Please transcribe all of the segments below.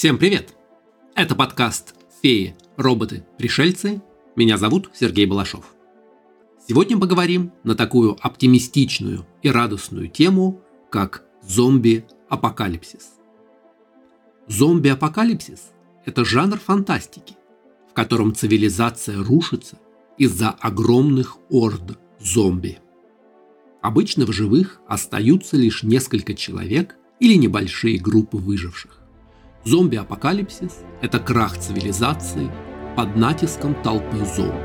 Всем привет! Это подкаст «Феи, роботы, пришельцы». Меня зовут Сергей Балашов. Сегодня поговорим на такую оптимистичную и радостную тему, как зомби-апокалипсис. Зомби-апокалипсис – это жанр фантастики, в котором цивилизация рушится из-за огромных орд зомби. Обычно в живых остаются лишь несколько человек или небольшие группы выживших. Зомби-апокалипсис – это крах цивилизации под натиском толпы зомби.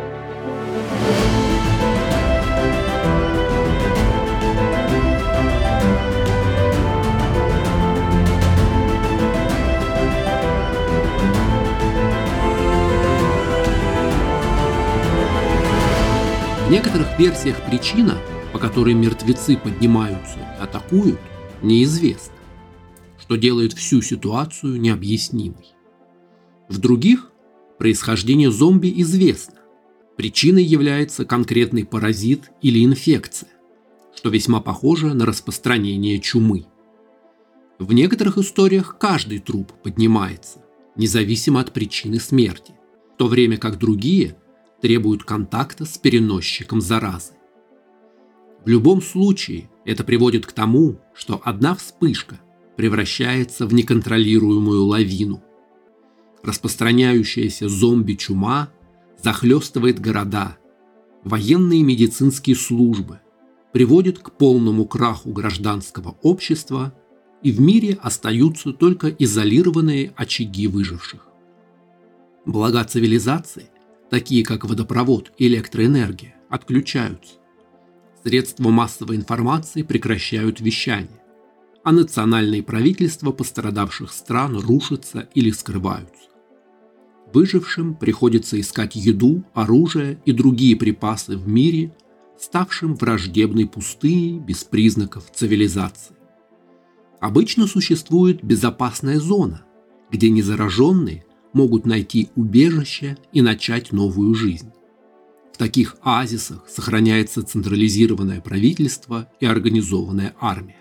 В некоторых версиях причина, по которой мертвецы поднимаются и атакуют, неизвестна, что делает всю ситуацию необъяснимой. В других происхождение зомби известно. Причиной является конкретный паразит или инфекция, что весьма похоже на распространение чумы. В некоторых историях каждый труп поднимается, независимо от причины смерти, в то время как другие требуют контакта с переносчиком заразы. В любом случае это приводит к тому, что одна вспышка превращается в неконтролируемую лавину. Распространяющаяся зомби-чума захлестывает города, военные и медицинские службы, приводит к полному краху гражданского общества, и в мире остаются только изолированные очаги выживших. Блага цивилизации, такие как водопровод и электроэнергия, отключаются. Средства массовой информации прекращают вещание, а национальные правительства пострадавших стран рушатся или скрываются. Выжившим приходится искать еду, оружие и другие припасы в мире, ставшим враждебной пустыней без признаков цивилизации. Обычно существует безопасная зона, где незараженные могут найти убежище и начать новую жизнь. В таких оазисах сохраняется централизованное правительство и организованная армия.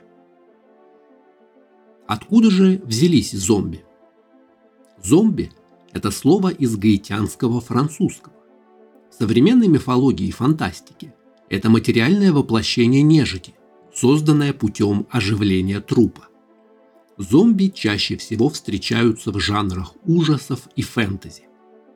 Откуда же взялись зомби? Зомби – это слово из гаитянского французского. В современной мифологии и фантастике это материальное воплощение нежити, созданное путем оживления трупа. Зомби чаще всего встречаются в жанрах ужасов и фэнтези.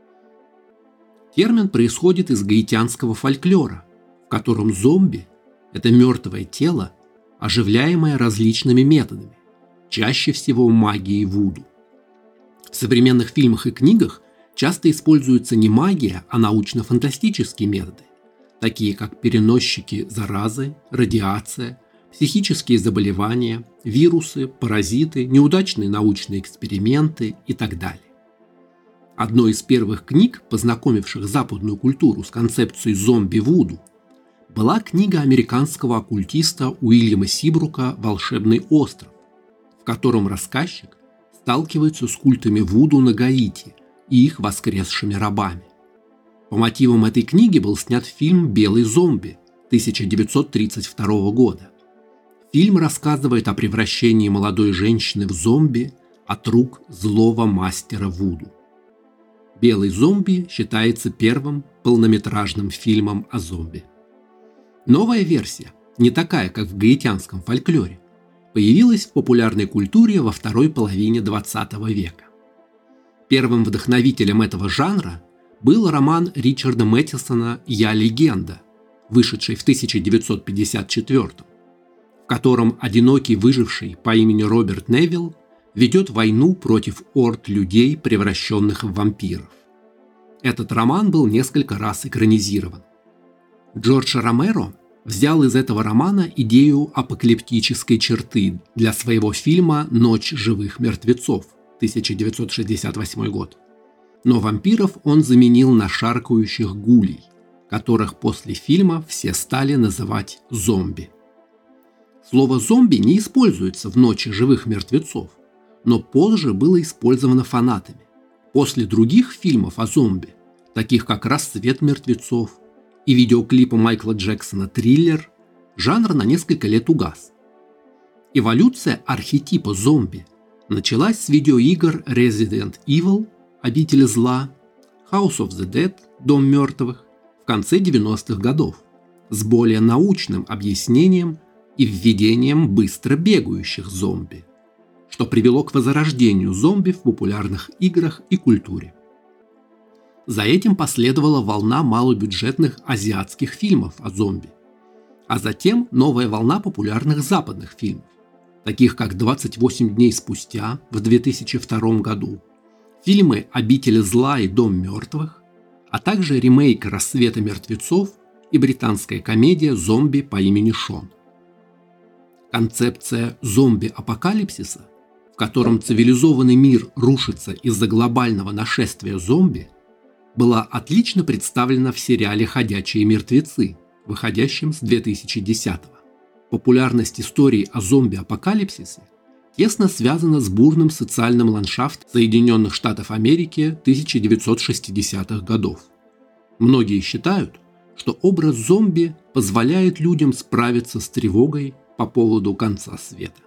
Термин происходит из гаитянского фольклора, в котором зомби – это мертвое тело, оживляемое различными методами, чаще всего магией вуду. В современных фильмах и книгах часто используется не магия, а научно-фантастические методы, такие как переносчики заразы, радиация, психические заболевания, вирусы, паразиты, неудачные научные эксперименты и так далее. Одной из первых книг, познакомивших западную культуру с концепцией зомби-вуду, была книга американского оккультиста Уильяма Сибрука «Волшебный остров», в котором рассказчик сталкивается с культами вуду на Гаити и их воскресшими рабами. По мотивам этой книги был снят фильм «Белый зомби» 1932 года. Фильм рассказывает о превращении молодой женщины в зомби от рук злого мастера вуду. «Белый зомби» считается первым полнометражным фильмом о зомби. Новая версия, не такая, как в гаитянском фольклоре, появилась в популярной культуре во второй половине XX века. Первым вдохновителем этого жанра был роман Ричарда Мэттисона «Я легенда», вышедший в 1954, в котором одинокий выживший по имени Роберт Невилл ведет войну против орд людей, превращенных в вампиров. Этот роман был несколько раз экранизирован. Джордж Ромеро взял из этого романа идею апокалиптической черты для своего фильма «Ночь живых мертвецов» 1968 год. Но вампиров он заменил на шаркающих гулей, которых после фильма все стали называть зомби. Слово «зомби» не используется в «Ночи живых мертвецов», но позже было использовано фанатами. После других фильмов о зомби, таких как «Рассвет мертвецов» и видеоклипа Майкла Джексона «Триллер», жанр на несколько лет угас. Эволюция архетипа зомби началась с видеоигр Resident Evil, Обитель зла, House of the Dead, Дом мертвых, в конце 90-х годов, с более научным объяснением и введением быстро бегающих зомби, что привело к возрождению зомби в популярных играх и культуре. За этим последовала волна малобюджетных азиатских фильмов о зомби, а затем новая волна популярных западных фильмов, таких как «28 дней спустя» в 2002 году, фильмы «Обитель зла» и «Дом мертвых», а также ремейк «Рассвета мертвецов» и британская комедия «Зомби по имени Шон». Концепция зомби-апокалипсиса, в котором цивилизованный мир рушится из-за глобального нашествия зомби, была отлично представлена в сериале «Ходячие мертвецы», выходящем с 2010-го. Популярность истории о зомби-апокалипсисе тесно связана с бурным социальным ландшафтом Соединенных Штатов Америки 1960-х годов. Многие считают, что образ зомби позволяет людям справиться с тревогой по поводу конца света.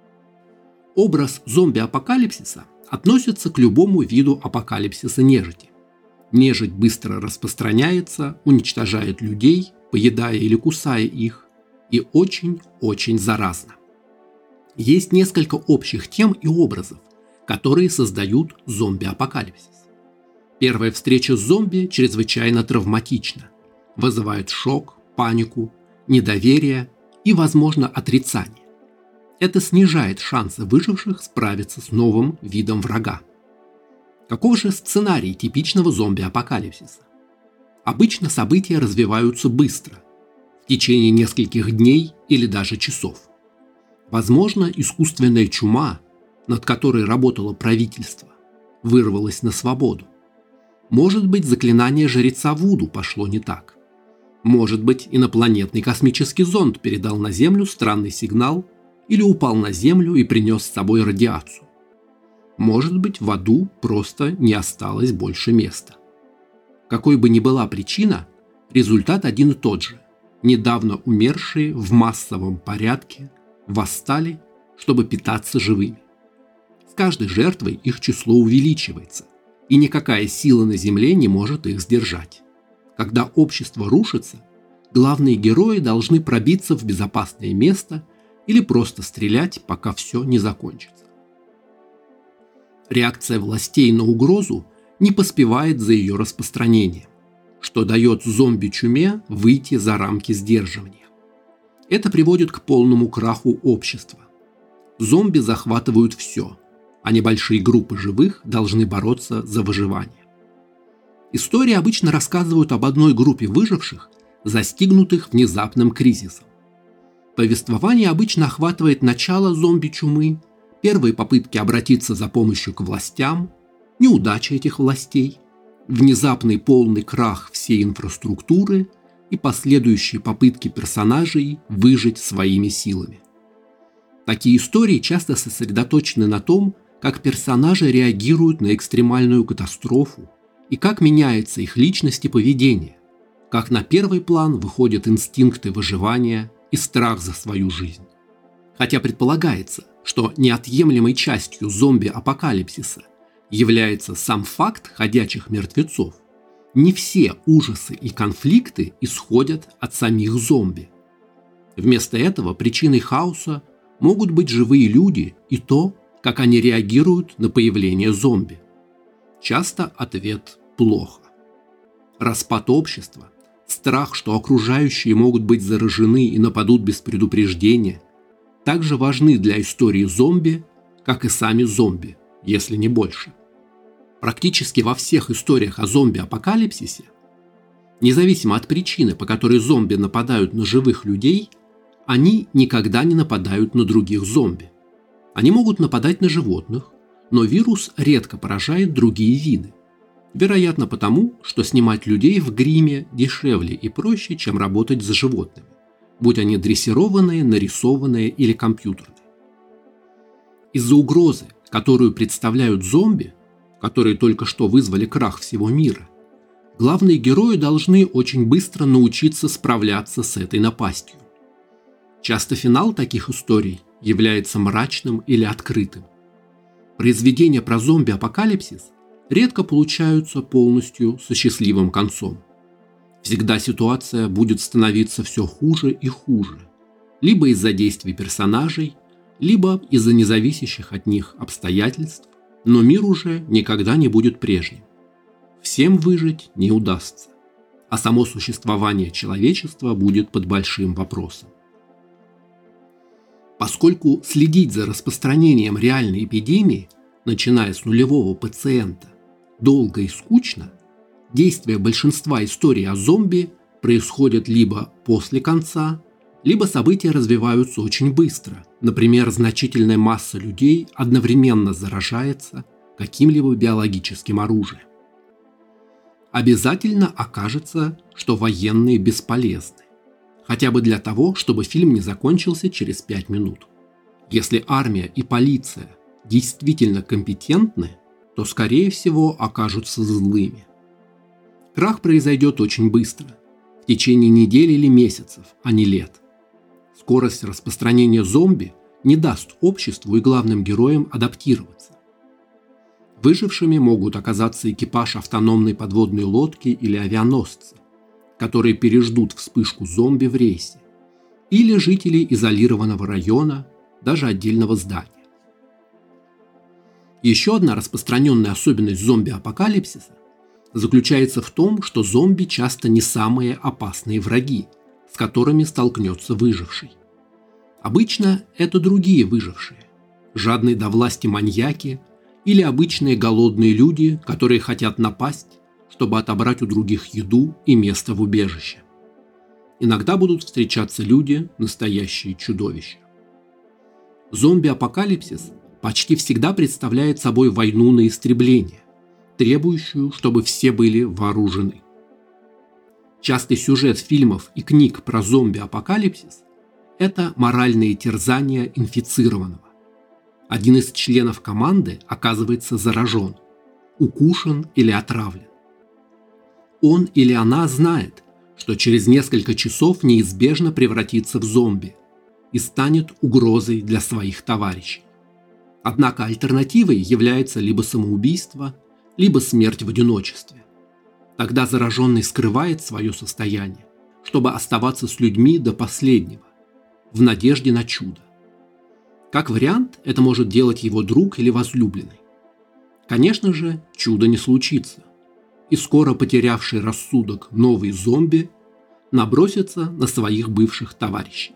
Образ зомби-апокалипсиса относится к любому виду апокалипсиса нежити. Нежить быстро распространяется, уничтожает людей, поедая или кусая их, и очень-очень заразна. Есть несколько общих тем и образов, которые создают зомби-апокалипсис. Первая встреча с зомби чрезвычайно травматична, вызывает шок, панику, недоверие и, возможно, отрицание. Это снижает шансы выживших справиться с новым видом врага. Каков же сценарий типичного зомби-апокалипсиса? Обычно события развиваются быстро, в течение нескольких дней или даже часов. Возможно, искусственная чума, над которой работало правительство, вырвалась на свободу. Может быть, заклинание жреца Вуду пошло не так. Может быть, инопланетный космический зонд передал на Землю странный сигнал или упал на Землю и принес с собой радиацию. Может быть, в аду просто не осталось больше места. Какой бы ни была причина, результат один и тот же. Недавно умершие в массовом порядке восстали, чтобы питаться живыми. С каждой жертвой их число увеличивается, и никакая сила на Земле не может их сдержать. Когда общество рушится, главные герои должны пробиться в безопасное место или просто стрелять, пока все не закончится. Реакция властей на угрозу не поспевает за ее распространением, что дает зомби-чуме выйти за рамки сдерживания. Это приводит к полному краху общества. Зомби захватывают все, а небольшие группы живых должны бороться за выживание. Истории обычно рассказывают об одной группе выживших, застигнутых внезапным кризисом. Повествование обычно охватывает начало зомби-чумы, первые попытки обратиться за помощью к властям, неудачи этих властей, внезапный полный крах всей инфраструктуры и последующие попытки персонажей выжить своими силами. Такие истории часто сосредоточены на том, как персонажи реагируют на экстремальную катастрофу и как меняется их личность и поведение, как на первый план выходят инстинкты выживания и страх за свою жизнь. Хотя предполагается, что неотъемлемой частью зомби-апокалипсиса является сам факт ходячих мертвецов, не все ужасы и конфликты исходят от самих зомби. Вместо этого причиной хаоса могут быть живые люди и то, как они реагируют на появление зомби. Часто ответ плохо. Распад общества, страх, что окружающие могут быть заражены и нападут без предупреждения, также важны для истории зомби, как и сами зомби, если не больше. Практически во всех историях о зомби-апокалипсисе, независимо от причины, по которой зомби нападают на живых людей, они никогда не нападают на других зомби. Они могут нападать на животных, но вирус редко поражает другие виды. Вероятно потому, что снимать людей в гриме дешевле и проще, чем работать с животными, будь они дрессированные, нарисованные или компьютерные. Из-за угрозы, которую представляют зомби, которые только что вызвали крах всего мира, главные герои должны очень быстро научиться справляться с этой напастью. Часто финал таких историй является мрачным или открытым. Произведения про зомби-апокалипсис редко получаются полностью со счастливым концом. Всегда ситуация будет становиться все хуже и хуже, либо из-за действий персонажей, либо из-за независящих от них обстоятельств, но мир уже никогда не будет прежним. Всем выжить не удастся, а само существование человечества будет под большим вопросом. Поскольку следить за распространением реальной эпидемии, начиная с нулевого пациента, долго и скучно, действия большинства историй о зомби происходят либо после конца, либо события развиваются очень быстро. Например, значительная масса людей одновременно заражается каким-либо биологическим оружием. Обязательно окажется, что военные бесполезны. Хотя бы для того, чтобы фильм не закончился через 5 минут. Если армия и полиция действительно компетентны, то, скорее всего, окажутся злыми. Крах произойдет очень быстро, в течение недель или месяцев, а не лет. Скорость распространения зомби не даст обществу и главным героям адаптироваться. Выжившими могут оказаться экипаж автономной подводной лодки или авианосца, которые переждут вспышку зомби в рейсе, или жители изолированного района, даже отдельного здания. Еще одна распространенная особенность зомби-апокалипсиса заключается в том, что зомби часто не самые опасные враги, с которыми столкнется выживший. Обычно это другие выжившие, жадные до власти маньяки или обычные голодные люди, которые хотят напасть, чтобы отобрать у других еду и место в убежище. Иногда будут встречаться люди, настоящие чудовища. Зомби-апокалипсис почти всегда представляет собой войну на истребление, требующую, чтобы все были вооружены. Частый сюжет фильмов и книг про зомби-апокалипсис – это моральные терзания инфицированного. Один из членов команды оказывается заражен, укушен или отравлен. Он или она знает, что через несколько часов неизбежно превратится в зомби и станет угрозой для своих товарищей. Однако альтернативой является либо самоубийство, либо смерть в одиночестве. Тогда зараженный скрывает свое состояние, чтобы оставаться с людьми до последнего, в надежде на чудо. Как вариант, это может делать его друг или возлюбленный. Конечно же, чудо не случится, и скоро потерявший рассудок новый зомби набросится на своих бывших товарищей.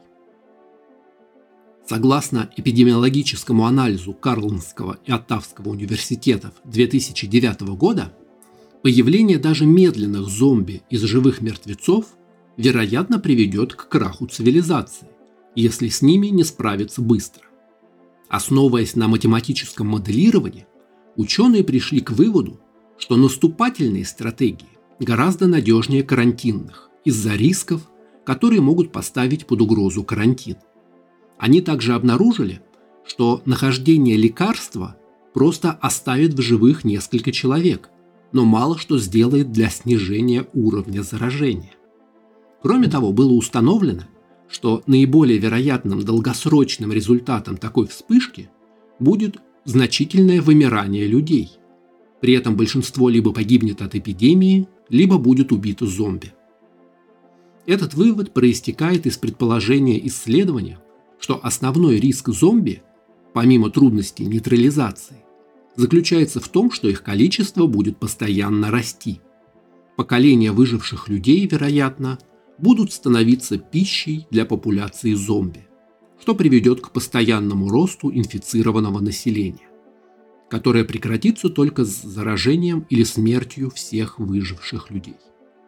Согласно эпидемиологическому анализу Карлонского и Оттавского университетов 2009 года, появление даже медленных зомби из живых мертвецов вероятно приведет к краху цивилизации, если с ними не справиться быстро. Основываясь на математическом моделировании, ученые пришли к выводу, что наступательные стратегии гораздо надежнее карантинных из-за рисков, которые могут поставить под угрозу карантин. Они также обнаружили, что нахождение лекарства просто оставит в живых несколько человек, но мало что сделает для снижения уровня заражения. Кроме того, было установлено, что наиболее вероятным долгосрочным результатом такой вспышки будет значительное вымирание людей. При этом большинство либо погибнет от эпидемии, либо будет убито зомби. Этот вывод проистекает из предположения исследования, что основной риск зомби, помимо трудностей нейтрализации, заключается в том, что их количество будет постоянно расти. Поколения выживших людей, вероятно, будут становиться пищей для популяции зомби, что приведет к постоянному росту инфицированного населения, которое прекратится только с заражением или смертью всех выживших людей.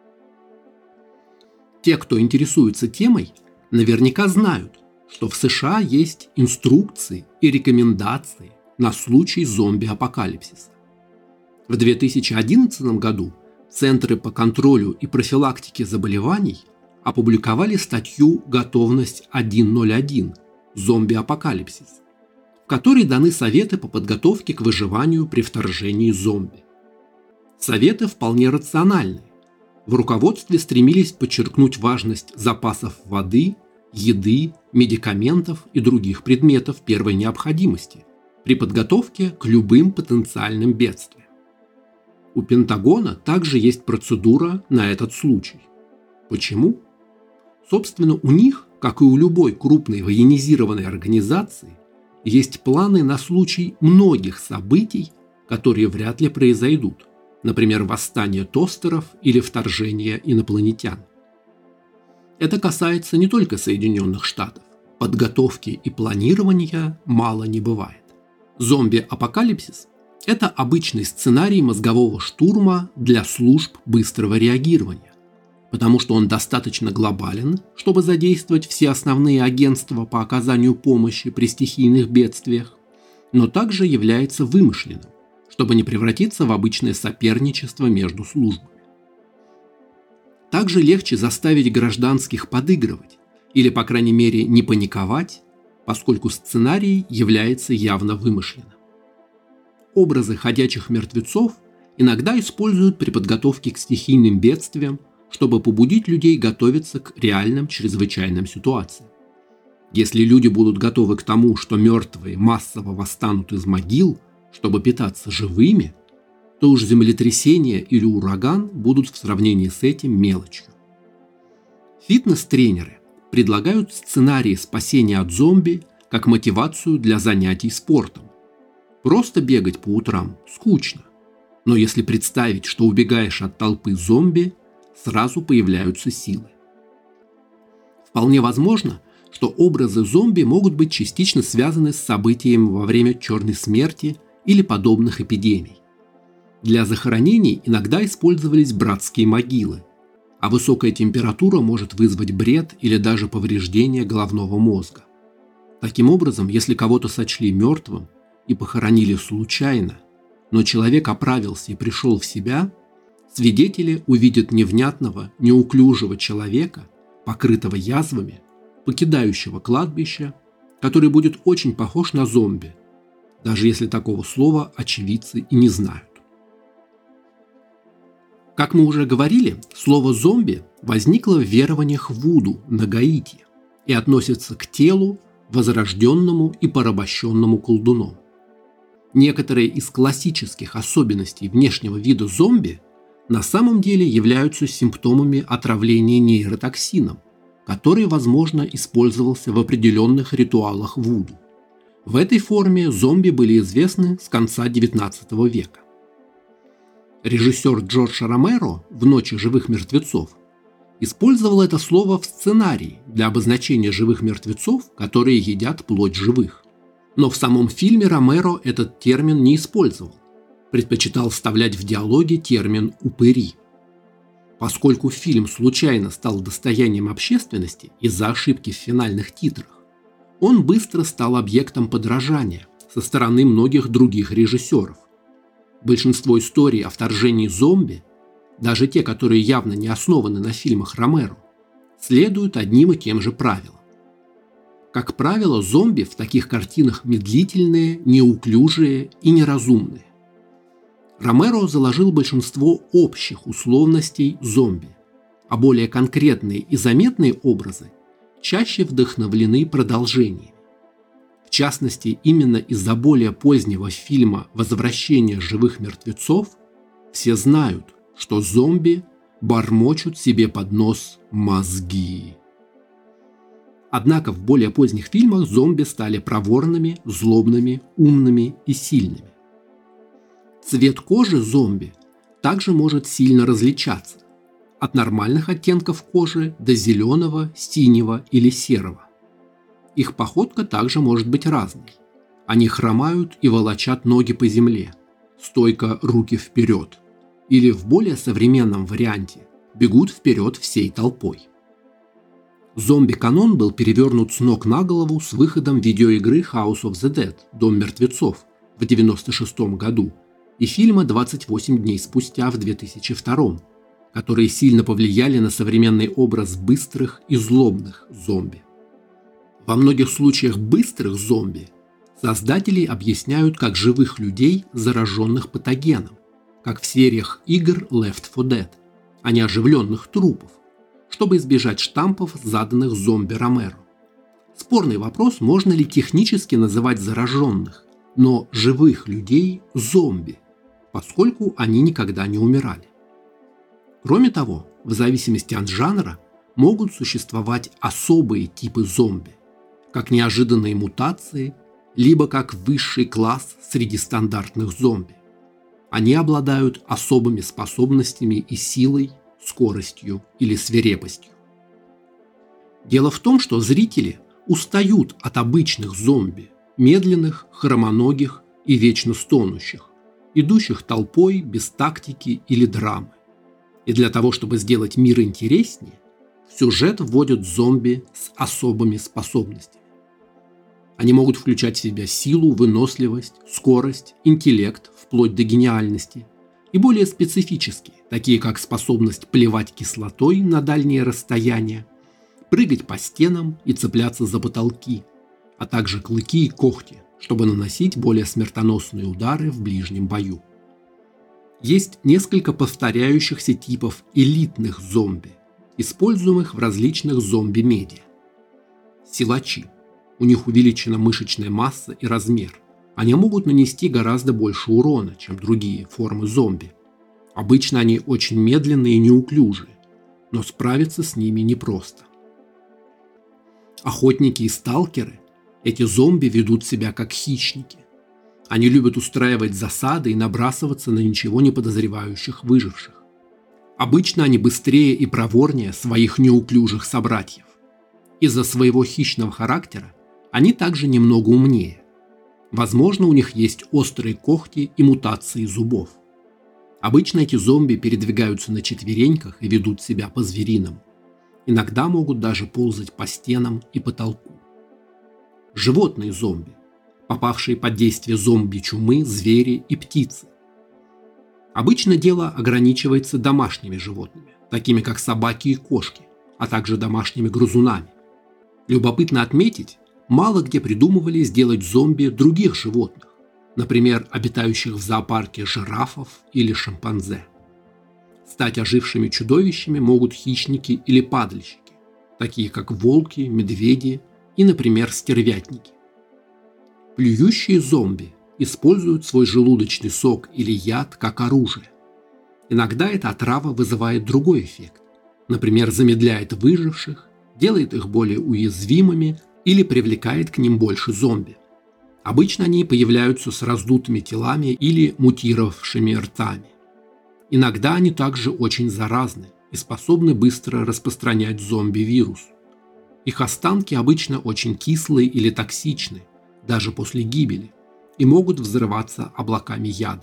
Те, кто интересуется темой, наверняка знают, что в США есть инструкции и рекомендации на случай зомби-апокалипсиса. В 2011 году Центры по контролю и профилактике заболеваний опубликовали статью «Готовность 101. Зомби-апокалипсис», в которой даны советы по подготовке к выживанию при вторжении зомби. Советы вполне рациональны. В руководстве стремились подчеркнуть важность запасов воды, еды, медикаментов и других предметов первой необходимости при подготовке к любым потенциальным бедствиям. У Пентагона также есть процедура на этот случай. Почему? Собственно, у них, как и у любой крупной военизированной организации, есть планы на случай многих событий, которые вряд ли произойдут, например, восстание тостеров или вторжение инопланетян. Это касается не только Соединенных Штатов. Подготовки и планирования мало не бывает. Зомби-апокалипсис – это обычный сценарий мозгового штурма для служб быстрого реагирования, потому что он достаточно глобален, чтобы задействовать все основные агентства по оказанию помощи при стихийных бедствиях, но также является вымышленным, чтобы не превратиться в обычное соперничество между службами. Также легче заставить гражданских подыгрывать, или, по крайней мере, не паниковать, поскольку сценарий является явно вымышленным. Образы ходячих мертвецов иногда используют при подготовке к стихийным бедствиям, чтобы побудить людей готовиться к реальным чрезвычайным ситуациям. Если люди будут готовы к тому, что мертвые массово восстанут из могил, чтобы питаться живыми, то уж землетрясение или ураган будут в сравнении с этим мелочью. Фитнес-тренеры предлагают сценарии спасения от зомби как мотивацию для занятий спортом. Просто бегать по утрам скучно, но если представить, что убегаешь от толпы зомби, сразу появляются силы. Вполне возможно, что образы зомби могут быть частично связаны с событием во время Черной смерти или подобных эпидемий. Для захоронений иногда использовались братские могилы, а высокая температура может вызвать бред или даже повреждение головного мозга. Таким образом, если кого-то сочли мертвым и похоронили случайно, но человек оправился и пришел в себя, свидетели увидят невнятного, неуклюжего человека, покрытого язвами, покидающего кладбище, который будет очень похож на зомби, даже если такого слова очевидцы и не знают. Как мы уже говорили, слово «зомби» возникло в верованиях вуду на Гаити и относится к телу, возрожденному и порабощенному колдуном. Некоторые из классических особенностей внешнего вида зомби на самом деле являются симптомами отравления нейротоксином, который, возможно, использовался в определенных ритуалах вуду. В этой форме зомби были известны с конца XIX века. Режиссер Джордж Ромеро в «Ночи живых мертвецов» использовал это слово в сценарии для обозначения живых мертвецов, которые едят плоть живых. Но в самом фильме Ромеро этот термин не использовал, предпочитал вставлять в диалоге термин «упыри». Поскольку фильм случайно стал достоянием общественности из-за ошибки в финальных титрах, он быстро стал объектом подражания со стороны многих других режиссеров. Большинство историй о вторжении зомби, даже те, которые явно не основаны на фильмах Ромеро, следуют одним и тем же правилам. Как правило, зомби в таких картинах медлительные, неуклюжие и неразумные. Ромеро заложил большинство общих условностей зомби, а более конкретные и заметные образы чаще вдохновлены продолжениями. В частности, именно из-за более позднего фильма «Возвращение живых мертвецов» все знают, что зомби бормочут себе под нос мозги. Однако в более поздних фильмах зомби стали проворными, злобными, умными и сильными. Цвет кожи зомби также может сильно различаться, от нормальных оттенков кожи до зеленого, синего или серого. Их походка также может быть разной. Они хромают и волочат ноги по земле, стойко руки вперед, или в более современном варианте бегут вперед всей толпой. Зомби-канон был перевернут с ног на голову с выходом видеоигры House of the Dead «Дом мертвецов» в 1996 году и фильма «28 дней спустя» в 2002, которые сильно повлияли на современный образ быстрых и злобных зомби. Во многих случаях быстрых зомби создатели объясняют как живых людей, зараженных патогеном, как в сериях игр Left 4 Dead, а не оживленных трупов, чтобы избежать штампов, заданных зомби Ромеро. Спорный вопрос, можно ли технически называть зараженных, но живых людей – зомби, поскольку они никогда не умирали. Кроме того, в зависимости от жанра могут существовать особые типы зомби, как неожиданные мутации, либо как высший класс среди стандартных зомби. Они обладают особыми способностями и силой, скоростью или свирепостью. Дело в том, что зрители устают от обычных зомби, медленных, хромоногих и вечно стонущих, идущих толпой без тактики или драмы. И для того, чтобы сделать мир интереснее, в сюжет вводят зомби с особыми способностями. Они могут включать в себя силу, выносливость, скорость, интеллект, вплоть до гениальности, и более специфические, такие как способность плевать кислотой на дальние расстояния, прыгать по стенам и цепляться за потолки, а также клыки и когти, чтобы наносить более смертоносные удары в ближнем бою. Есть несколько повторяющихся типов элитных зомби, используемых в различных зомби-медиа. Силачи. У них увеличена мышечная масса и размер. Они могут нанести гораздо больше урона, чем другие формы зомби. Обычно они очень медленные и неуклюжие, но справиться с ними непросто. Охотники и сталкеры – эти зомби ведут себя как хищники. Они любят устраивать засады и набрасываться на ничего не подозревающих выживших. Обычно они быстрее и проворнее своих неуклюжих собратьев. Из-за своего хищного характера они также немного умнее. Возможно, у них есть острые когти и мутации зубов. Обычно эти зомби передвигаются на четвереньках и ведут себя по-звериному. Иногда могут даже ползать по стенам и потолку. Животные зомби, попавшие под действие зомби-чумы, звери и птицы. Обычно дело ограничивается домашними животными, такими как собаки и кошки, а также домашними грызунами. Любопытно отметить, мало где придумывали сделать зомби других животных, например, обитающих в зоопарке жирафов или шимпанзе. Стать ожившими чудовищами могут хищники или падальщики, такие как волки, медведи и, например, стервятники. Плюющие зомби используют свой желудочный сок или яд как оружие. Иногда эта отрава вызывает другой эффект, например, замедляет выживших, делает их более уязвимыми или привлекает к ним больше зомби. Обычно они появляются с раздутыми телами или мутировавшими ртами. Иногда они также очень заразны и способны быстро распространять зомби-вирус. Их останки обычно очень кислые или токсичны, даже после гибели, и могут взрываться облаками яда.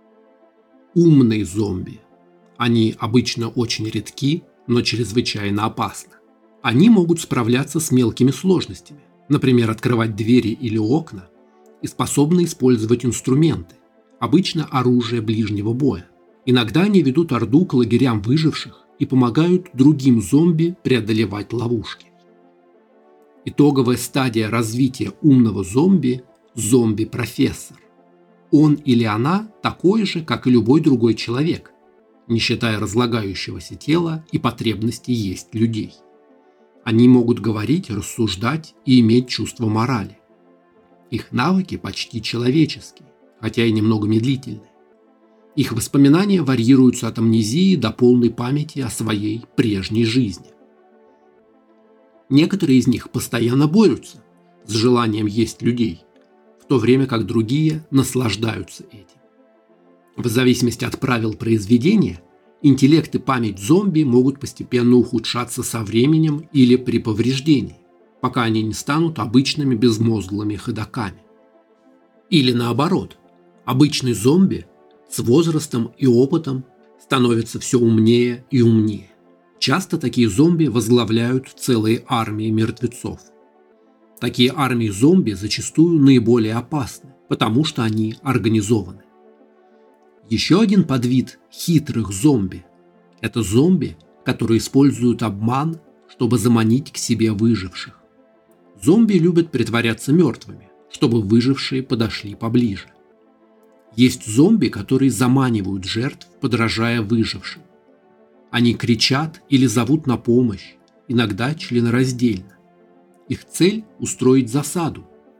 Умные зомби. Они обычно очень редки, но чрезвычайно опасны. Они могут справляться с мелкими сложностями, например, открывать двери или окна, и способны использовать инструменты, обычно оружие ближнего боя. Иногда они ведут орду к лагерям выживших и помогают другим зомби преодолевать ловушки. Итоговая стадия развития умного зомби – зомби-профессор. Он или она такой же, как и любой другой человек, не считая разлагающегося тела и потребности есть людей. Они могут говорить, рассуждать и иметь чувство морали. Их навыки почти человеческие, хотя и немного медлительные. Их воспоминания варьируются от амнезии до полной памяти о своей прежней жизни. Некоторые из них постоянно борются с желанием есть людей, в то время как другие наслаждаются этим. В зависимости от правил произведения, интеллект и память зомби могут постепенно ухудшаться со временем или при повреждении, пока они не станут обычными безмозглыми ходоками. Или наоборот, обычный зомби с возрастом и опытом становится все умнее и умнее. Часто такие зомби возглавляют целые армии мертвецов. Такие армии зомби зачастую наиболее опасны, потому что они организованы. Еще один подвид хитрых зомби – это зомби, которые используют обман, чтобы заманить к себе выживших. Зомби любят притворяться мертвыми, чтобы выжившие подошли поближе. Есть зомби, которые заманивают жертв, подражая выжившим. Они кричат или зовут на помощь, иногда членораздельно. Их цель – устроить засаду,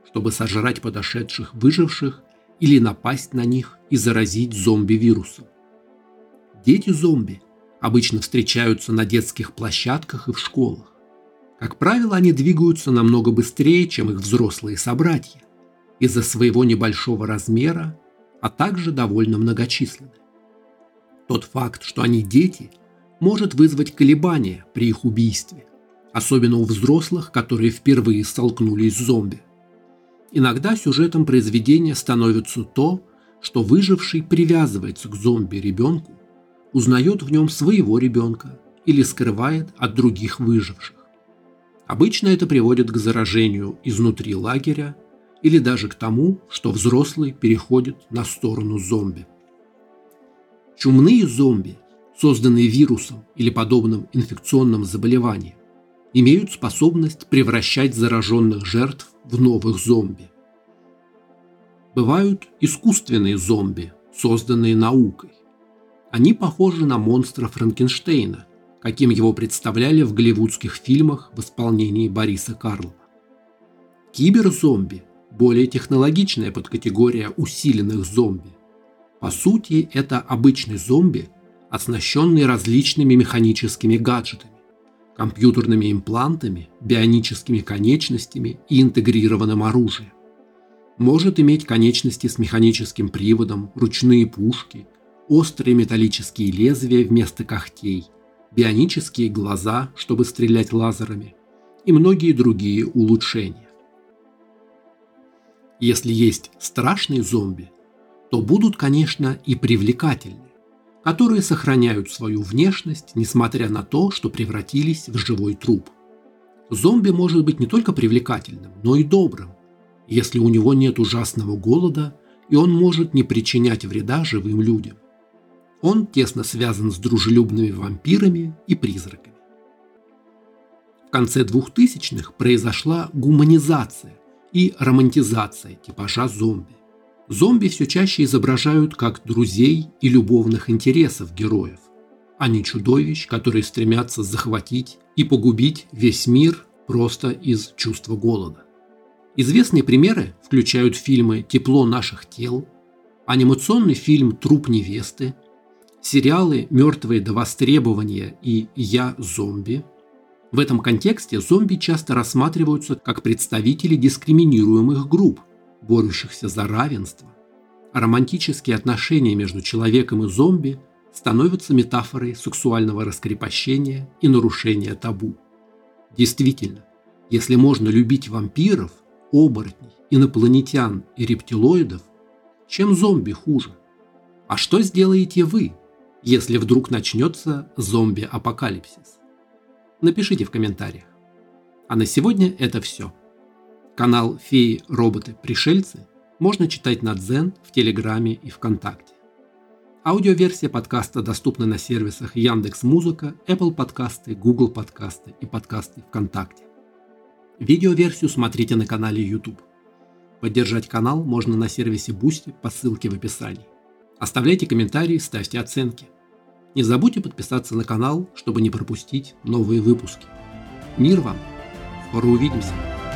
чтобы сожрать подошедших выживших или напасть на них и заразить зомби-вирусом. Дети-зомби обычно встречаются на детских площадках и в школах. Как правило, они двигаются намного быстрее, чем их взрослые собратья, из-за своего небольшого размера, а также довольно многочисленны. Тот факт, что они дети, может вызвать колебания при их убийстве, особенно у взрослых, которые впервые столкнулись с зомби. Иногда сюжетом произведения становится то, что выживший привязывается к зомби-ребенку, узнает в нем своего ребенка или скрывает от других выживших. Обычно это приводит к заражению изнутри лагеря или даже к тому, что взрослый переходит на сторону зомби. Чумные зомби, созданные вирусом или подобным инфекционным заболеванием, имеют способность превращать зараженных жертв в новых зомби. Бывают искусственные зомби, созданные наукой. Они похожи на монстра Франкенштейна, каким его представляли в голливудских фильмах в исполнении Бориса Карлова. Киберзомби – более технологичная подкатегория усиленных зомби. По сути, это обычный зомби, оснащенный различными механическими гаджетами, компьютерными имплантами, бионическими конечностями и интегрированным оружием. Может иметь конечности с механическим приводом, ручные пушки, острые металлические лезвия вместо когтей, бионические глаза, чтобы стрелять лазерами, и многие другие улучшения. Если есть страшные зомби, то будут, конечно, и привлекательные, которые сохраняют свою внешность, несмотря на то, что превратились в живой труп. Зомби может быть не только привлекательным, но и добрым, если у него нет ужасного голода, и он может не причинять вреда живым людям. Он тесно связан с дружелюбными вампирами и призраками. В конце 2000-х произошла гуманизация и романтизация типажа зомби. Зомби все чаще изображают как друзей и любовных интересов героев, а не чудовищ, которые стремятся захватить и погубить весь мир просто из чувства голода. Известные примеры включают фильмы «Тепло наших тел», анимационный фильм «Труп невесты», сериалы «Мертвые до востребования» и «Я зомби». В этом контексте зомби часто рассматриваются как представители дискриминируемых групп, борющихся за равенство, а романтические отношения между человеком и зомби становятся метафорой сексуального раскрепощения и нарушения табу. Действительно, если можно любить вампиров, оборотней, инопланетян и рептилоидов, чем зомби хуже? А что сделаете вы, если вдруг начнется зомби-апокалипсис? Напишите в комментариях. А на сегодня это все. Канал «Феи, роботы, пришельцы» можно читать на Дзен, в Телеграме и ВКонтакте. Аудиоверсия подкаста доступна на сервисах Яндекс.Музыка, Apple подкасты, Google подкасты и подкасты ВКонтакте. Видеоверсию смотрите на канале YouTube. Поддержать канал можно на сервисе Boosty по ссылке в описании. Оставляйте комментарии, ставьте оценки. Не забудьте подписаться на канал, чтобы не пропустить новые выпуски. Мир вам! Скоро увидимся!